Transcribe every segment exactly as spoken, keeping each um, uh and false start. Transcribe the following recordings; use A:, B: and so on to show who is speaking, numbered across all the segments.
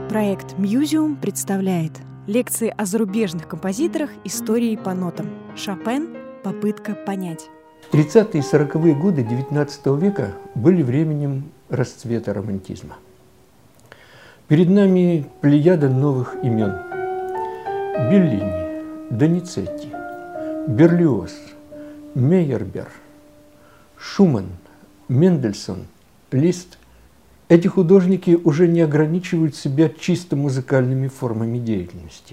A: Проект «Мьюзиум» представляет лекции о зарубежных композиторах истории по нотам. Шопен «Попытка понять».
B: тридцатые и сороковые годы девятнадцатого века были временем расцвета романтизма. Перед нами плеяда новых имен. Беллини, Доницетти, Берлиоз, Мейербер, Шуман, Мендельсон, Лист. Эти художники уже не ограничивают себя чисто музыкальными формами деятельности.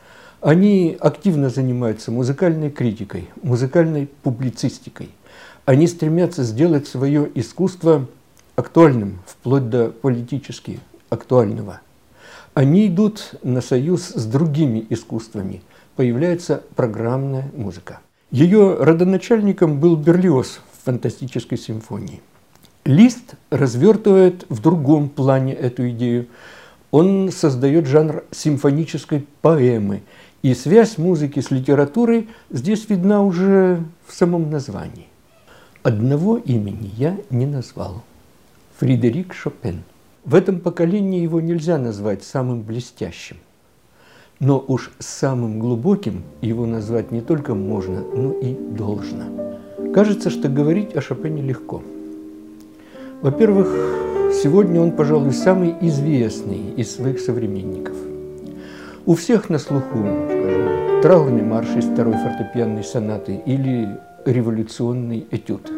B: Они активно занимаются музыкальной критикой, музыкальной публицистикой. Они стремятся сделать свое искусство актуальным, вплоть до политически актуального. Они идут на союз с другими искусствами. Появляется программная музыка. Ее родоначальником был Берлиоз в «Фантастической симфонии». Лист развертывает в другом плане эту идею. Он создает жанр симфонической поэмы. И связь музыки с литературой здесь видна уже в самом названии. Одного имени я не назвал. Фредерик Шопен. В этом поколении его нельзя назвать самым блестящим. Но уж самым глубоким его назвать не только можно, но и должно. Кажется, что говорить о Шопене легко. Во-первых, сегодня он, пожалуй, самый известный из своих современников. У всех на слуху, скажем, траурный марш из второй фортепианной сонаты или революционный этюд.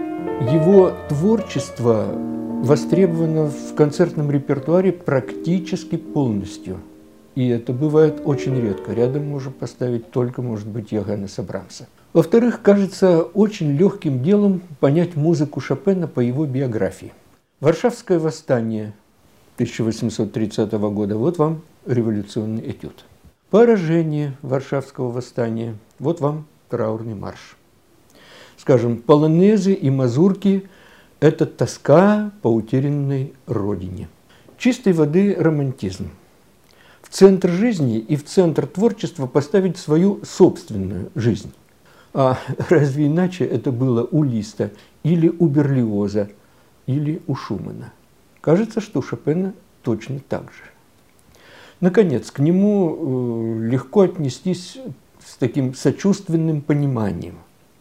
B: Его творчество востребовано в концертном репертуаре практически полностью. И это бывает очень редко. Рядом можно поставить только, может быть, Йоханнеса Брамса. Во-вторых, кажется очень легким делом понять музыку Шопена по его биографии. Варшавское восстание тысяча восемьсот тридцатого года. Вот вам революционный этюд. Поражение Варшавского восстания. Вот вам траурный марш. Скажем, полонезы и мазурки – это тоска по утерянной родине. Чистой воды романтизм. В центр жизни и в центр творчества поставить свою собственную жизнь. А разве иначе это было у Листа, или у Берлиоза, или у Шумана? Кажется, что у Шопена точно так же. Наконец, к нему легко отнестись с таким сочувственным пониманием.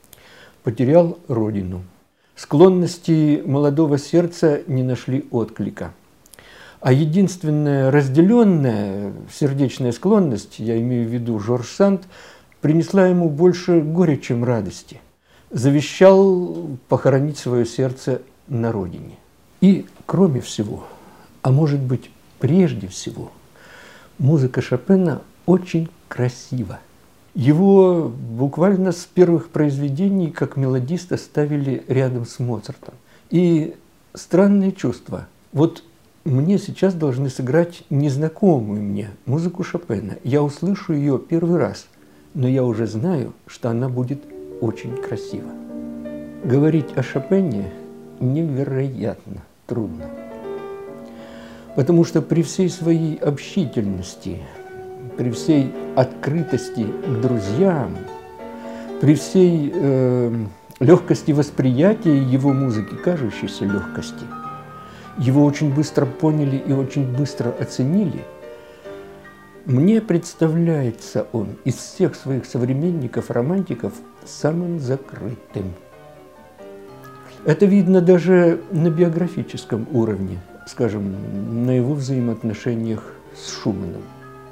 B: Потерял родину. Склонности молодого сердца не нашли отклика. А единственная разделенная сердечная склонность, я имею в виду Жорж Санд, принесла ему больше горя, чем радости. Завещал похоронить свое сердце на родине. И, кроме всего, а может быть, прежде всего, музыка Шопена очень красива. Его буквально с первых произведений как мелодиста ставили рядом с Моцартом. И странное чувство. Вот мне сейчас должны сыграть незнакомую мне музыку Шопена. Я услышу ее первый раз, но я уже знаю, что она будет очень красива. Говорить о Шопене невероятно трудно. Потому что при всей своей общительности, при всей открытости к друзьям, при всей э, легкости восприятия его музыки, кажущейся легкости, его очень быстро поняли и очень быстро оценили. Мне представляется он из всех своих современников-романтиков самым закрытым. Это видно даже на биографическом уровне, скажем, на его взаимоотношениях с Шуманом.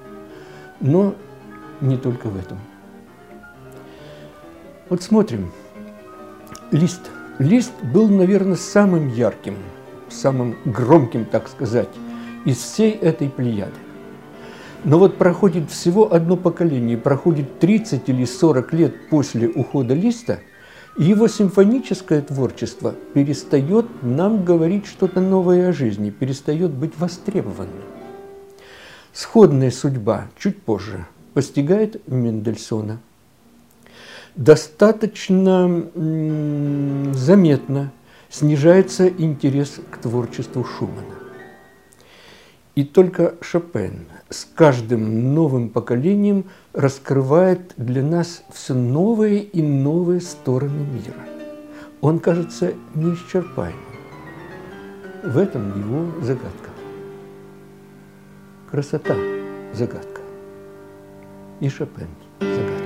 B: Но не только в этом. Вот смотрим. Лист. Лист был, наверное, самым ярким, самым громким, так сказать, из всей этой плеяды. Но вот проходит всего одно поколение, проходит тридцать или сорок лет после ухода Листа, и его симфоническое творчество перестает нам говорить что-то новое о жизни, перестает быть востребованным. Сходная судьба чуть позже постигает Мендельсона. Достаточно заметно снижается интерес к творчеству Шумана. И только Шопен с каждым новым поколением раскрывает для нас все новые и новые стороны мира. Он кажется неисчерпаемым. В этом его загадка. Красота – загадка. И Шопен – загадка.